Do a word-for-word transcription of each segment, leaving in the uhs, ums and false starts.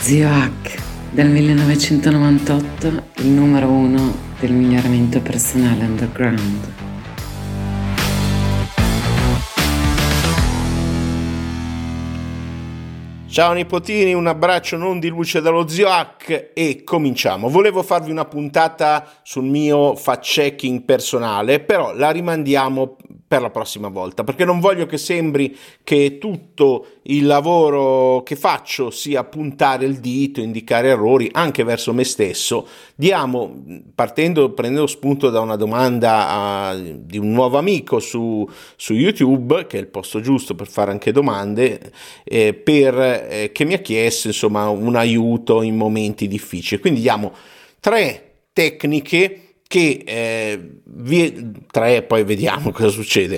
Zio Hack, del millenovecentonovantotto, il numero uno del miglioramento personale underground. Ciao nipotini, un abbraccio non di luce dallo Zio Hack e cominciamo. Volevo farvi una puntata sul mio fact-checking personale, però la rimandiamo per la prossima volta, perché non voglio che sembri che tutto il lavoro che faccio sia puntare il dito, indicare errori anche verso me stesso. Diamo, partendo, prendendo spunto da una domanda a, di un nuovo amico su, su YouTube, che è il posto giusto per fare anche domande, eh, per, eh, che mi ha chiesto insomma un aiuto in momenti difficili. Quindi diamo tre tecniche che eh, vi, tre, poi vediamo cosa succede,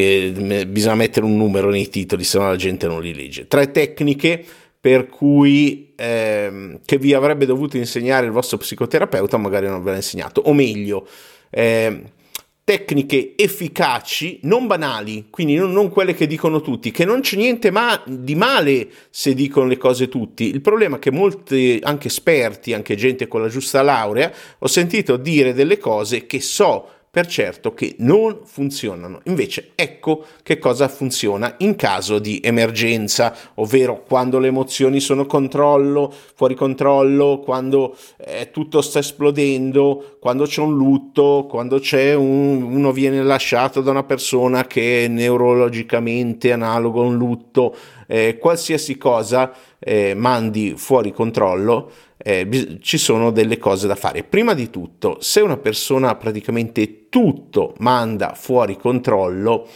che bisogna mettere un numero nei titoli, se no la gente non li legge. Tre tecniche per cui eh, che vi avrebbe dovuto insegnare il vostro psicoterapeuta, magari non ve l'ha insegnato, o meglio, eh, tecniche efficaci, non banali, quindi non, non quelle che dicono tutti, che non c'è niente ma- di male se dicono le cose tutti. Il problema è che molti, anche esperti, anche gente con la giusta laurea, ho sentito dire delle cose che so per certo che non funzionano. Invece ecco che cosa funziona in caso di emergenza, ovvero quando le emozioni sono controllo, fuori controllo, quando eh, tutto sta esplodendo, quando c'è un lutto, quando c'è un, uno viene lasciato da una persona che è neurologicamente analogo a un lutto, eh, qualsiasi cosa eh, mandi fuori controllo. Eh, bis- ci sono delle cose da fare. Prima di tutto, se una persona praticamente tutto manda fuori controllo,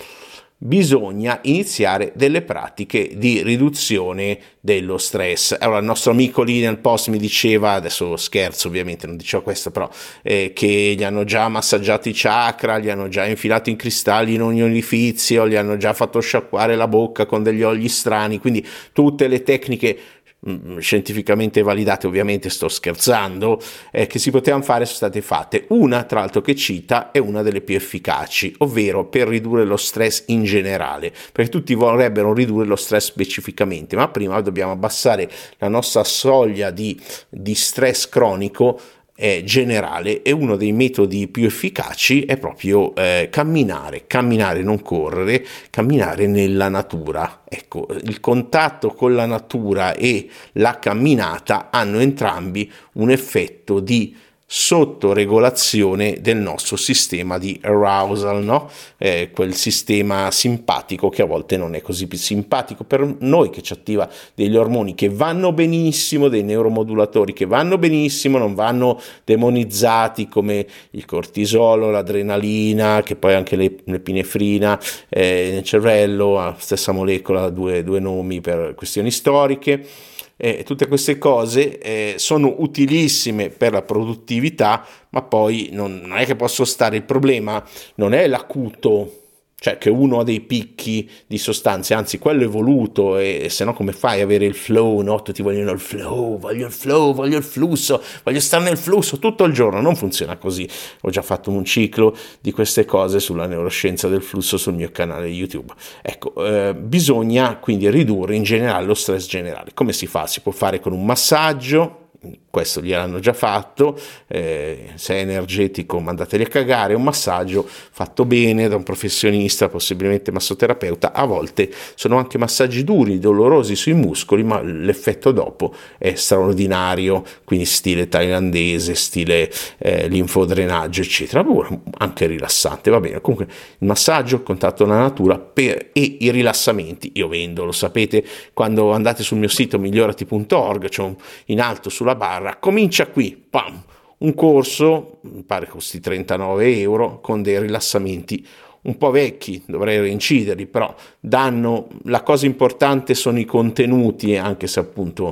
bisogna iniziare delle pratiche di riduzione dello stress. Allora, il nostro amico lì nel post mi diceva, adesso scherzo ovviamente, non dicevo questo, però eh, che gli hanno già massaggiato i chakra, gli hanno già infilato in cristalli in ogni orifizio, gli hanno già fatto sciacquare la bocca con degli oli strani, quindi tutte le tecniche scientificamente validate, ovviamente sto scherzando, eh, che si potevano fare sono state fatte. Una tra l'altro che cita è una delle più efficaci, ovvero per ridurre lo stress in generale, perché tutti vorrebbero ridurre lo stress specificamente, ma prima dobbiamo abbassare la nostra soglia di, di stress cronico è generale, e uno dei metodi più efficaci è proprio eh, camminare, camminare, non correre, camminare nella natura. Ecco, il contatto con la natura e la camminata hanno entrambi un effetto di sottoregolazione del nostro sistema di arousal, no? Eh, quel sistema simpatico che a volte non è così più simpatico per noi, che ci attiva degli ormoni che vanno benissimo, dei neuromodulatori che vanno benissimo, non vanno demonizzati come il cortisolo, l'adrenalina, che poi anche l'epinefrina eh, nel cervello, stessa molecola, due, due nomi per questioni storiche. Eh, tutte queste cose eh, sono utilissime per la produttività, ma poi non, non è che posso stare. Il problema non è l'acuto, cioè che uno ha dei picchi di sostanze, anzi quello è voluto, e, e se no come fai ad avere il flow, no? Tutti vogliono il flow, voglio il flow, voglio il flusso, voglio stare nel flusso tutto il giorno. Non funziona così. Ho già fatto un ciclo di queste cose sulla neuroscienza del flusso sul mio canale YouTube. Ecco, eh, bisogna quindi ridurre in generale lo stress generale. Come si fa? Si può fare con un massaggio. Questo gliel'hanno già fatto, eh, se è energetico mandateli a cagare. Un massaggio fatto bene da un professionista, possibilmente massoterapeuta. A volte sono anche massaggi duri, dolorosi sui muscoli, ma l'effetto dopo è straordinario, quindi stile thailandese, stile eh, linfodrenaggio eccetera, anche rilassante, va bene. Comunque il massaggio, il contatto con la natura per, e i rilassamenti io vendo, lo sapete, quando andate sul mio sito migliorati punto org c'è un, in alto sulla barra, comincia qui, pam, un corso, mi pare costi trentanove euro, con dei rilassamenti un po' vecchi, dovrei reinciderli, però danno, la cosa importante sono i contenuti, anche se appunto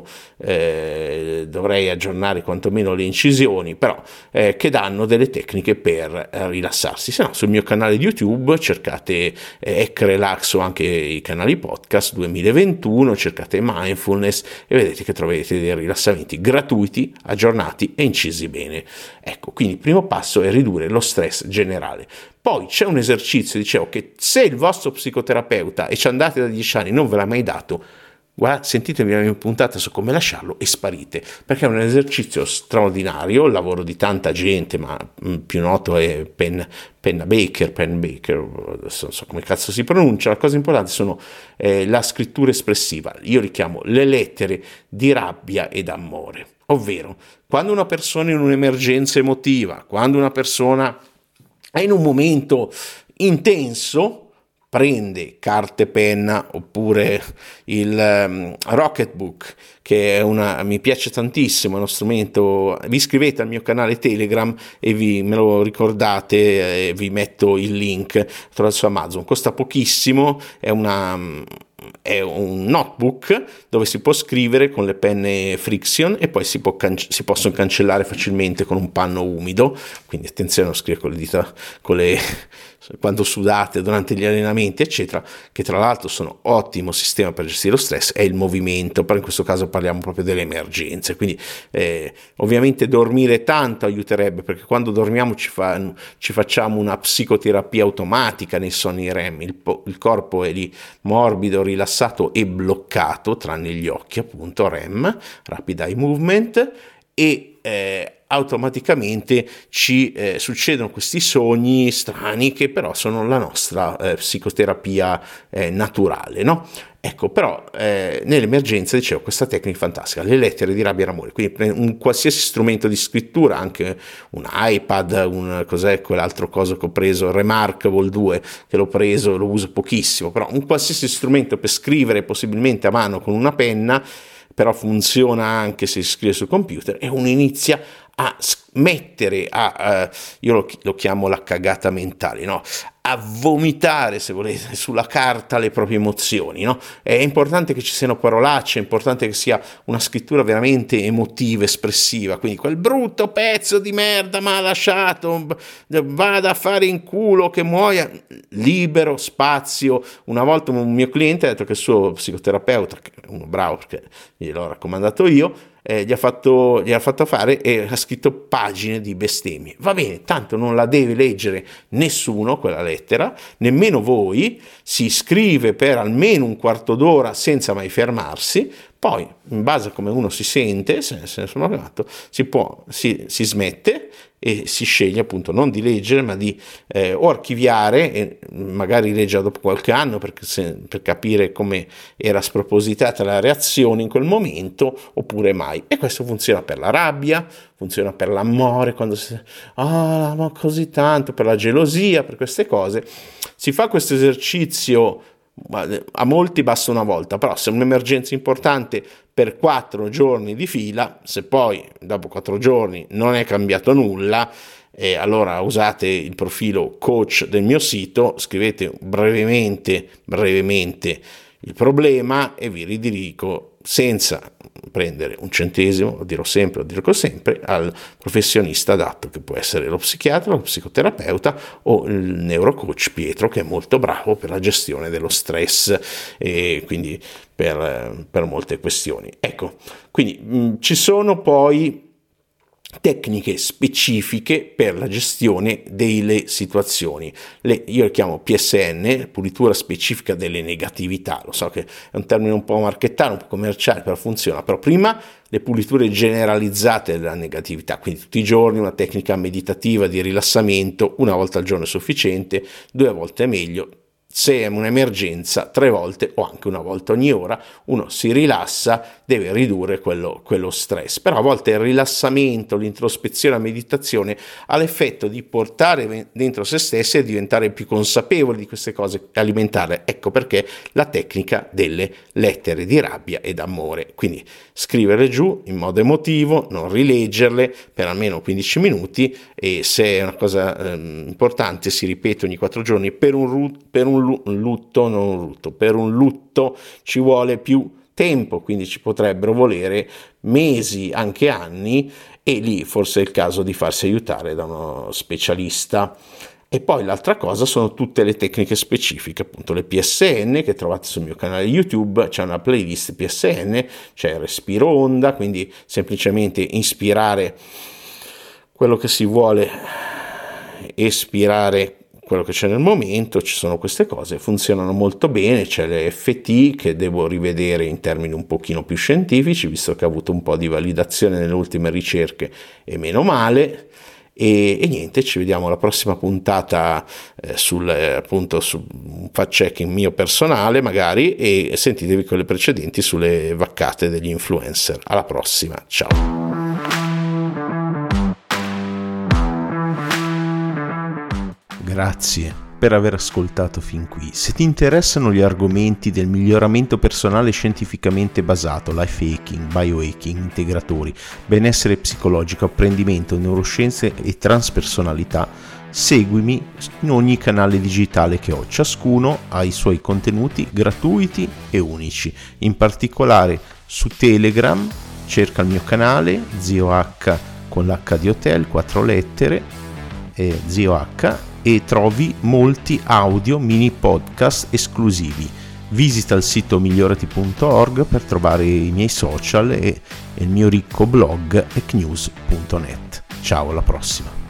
eh, dovrei aggiornare quantomeno le incisioni, però eh, che danno delle tecniche per eh, rilassarsi. Se no, sul mio canale di YouTube cercate eh, Ec Relax, o anche i canali podcast duemilaventuno, cercate mindfulness e vedete che troverete dei rilassamenti gratuiti, aggiornati e incisi bene. Ecco, quindi il primo passo è ridurre lo stress generale. Poi c'è un esercizio, dicevo, che se il vostro psicoterapeuta, e ci andate da dieci anni, non ve l'ha mai dato, guarda, sentitevi la mia puntata su come lasciarlo e sparite, perché è un esercizio straordinario, il lavoro di tanta gente, ma più noto è Penn, Penn Baker, Penn Baker, adesso non so come cazzo si pronuncia. La cosa importante sono eh, la scrittura espressiva, io li chiamo le lettere di rabbia ed amore, ovvero quando una persona è in un'emergenza emotiva, quando una persona è in un momento intenso, prende carta e penna oppure il um, Rocketbook, che è una, mi piace tantissimo, è uno strumento. Vi iscrivete al mio canale Telegram e vi me lo ricordate, e vi metto il link attraverso Amazon, costa pochissimo, è una è un notebook dove si può scrivere con le penne friction e poi si, può cance- si possono cancellare facilmente con un panno umido, quindi attenzione a non scrivere con le dita, con le quando sudate durante gli allenamenti eccetera, che tra l'altro sono ottimo sistema per gestire lo stress, è il movimento, però in questo caso parliamo proprio delle emergenze. Quindi eh, ovviamente dormire tanto aiuterebbe, perché quando dormiamo ci, fa, ci facciamo una psicoterapia automatica nei sonni R E M, il, il corpo è lì morbido, rilassato e bloccato, tranne gli occhi appunto, R E M, Rapid Eye Movement, e eh, automaticamente ci eh, succedono questi sogni strani che però sono la nostra eh, psicoterapia eh, naturale, no? Ecco, però eh, nell'emergenza, dicevo, questa tecnica fantastica, le lettere di rabbia e amore, quindi un qualsiasi strumento di scrittura, anche un iPad, un cos'è quell'altro coso che ho preso, Remarkable due, che l'ho preso, lo uso pochissimo, però un qualsiasi strumento per scrivere possibilmente a mano con una penna, però funziona anche se si scrive sul computer, e uno inizia a mettere, a, uh, io lo, lo chiamo la cagata mentale, no? A vomitare, se volete, sulla carta le proprie emozioni, no? È importante che ci siano parolacce, è importante che sia una scrittura veramente emotiva, espressiva, quindi quel brutto pezzo di merda mi ha lasciato, vada a fare in culo che muoia, libero spazio. Una volta un mio cliente ha detto che il suo psicoterapeuta, che è uno bravo perché gliel'ho raccomandato io, Eh, gli ha fatto gli ha fatto fare e ha scritto pagine di bestemmie. Va bene, tanto non la deve leggere nessuno quella lettera, nemmeno voi. Si scrive per almeno un quarto d'ora senza mai fermarsi, poi in base a come uno si sente, se, se ne sono arrivato, si può si, si smette e si sceglie appunto non di leggere, ma di eh, o archiviare e magari leggere dopo qualche anno perché se, per capire come era spropositata la reazione in quel momento, oppure mai. E questo funziona per la rabbia, funziona per l'amore, quando si ah, ma così tanto, per la gelosia, per queste cose. Si fa questo esercizio, a molti basta una volta, però se è un'emergenza importante per quattro giorni di fila, se poi dopo quattro giorni non è cambiato nulla, eh, allora usate il profilo coach del mio sito, scrivete brevemente brevemente il problema e vi ridirigo senza prendere un centesimo, lo dirò sempre, lo dirò sempre, al professionista adatto, che può essere lo psichiatra, lo psicoterapeuta o il neurocoach Pietro, che è molto bravo per la gestione dello stress e quindi per, per molte questioni. Ecco, quindi mh, ci sono poi tecniche specifiche per la gestione delle situazioni. Le, io le chiamo P S N, pulitura specifica delle negatività. Lo so che è un termine un po' marchettaro, un po' commerciale, però funziona. Però prima le puliture generalizzate della negatività, quindi tutti i giorni una tecnica meditativa di rilassamento, una volta al giorno è sufficiente, due volte è meglio. Se è un'emergenza, tre volte o anche una volta ogni ora, uno si rilassa, deve ridurre quello, quello stress. Però a volte il rilassamento, l'introspezione, la meditazione ha l'effetto di portare dentro se stessi e diventare più consapevoli di queste cose, alimentarle. Ecco perché la tecnica delle lettere di rabbia ed amore. Quindi scriverle giù in modo emotivo, non rileggerle per almeno quindici minuti, e se è una cosa eh, importante si ripete ogni quattro giorni. Per un, per un lutto, non un lutto, per un lutto ci vuole più tempo, quindi ci potrebbero volere mesi, anche anni, e lì forse è il caso di farsi aiutare da uno specialista. E poi l'altra cosa sono tutte le tecniche specifiche, appunto le P S N che trovate sul mio canale YouTube, c'è una playlist P S N, c'è il respiro onda, quindi semplicemente inspirare quello che si vuole, espirare quello che c'è nel momento, ci sono queste cose, funzionano molto bene, c'è le F T che devo rivedere in termini un pochino più scientifici, visto che ha avuto un po' di validazione nelle ultime ricerche e meno male. E, e niente, ci vediamo alla prossima puntata eh, sul appunto su un fact checking mio personale magari, e sentitevi quelle precedenti sulle vaccate degli influencer. Alla prossima, ciao. Grazie per aver ascoltato fin qui. Se ti interessano gli argomenti del miglioramento personale scientificamente basato, life hacking, biohacking, integratori, benessere psicologico, apprendimento, neuroscienze e transpersonalità, seguimi in ogni canale digitale che ho. Ciascuno ha i suoi contenuti gratuiti e unici. In particolare su Telegram cerca il mio canale Zio H con l'H di hotel, quattro lettere, e Zio H, e trovi molti audio mini podcast esclusivi. Visita il sito migliorati punto org per trovare i miei social e il mio ricco blog ecnews punto net. Ciao, alla prossima.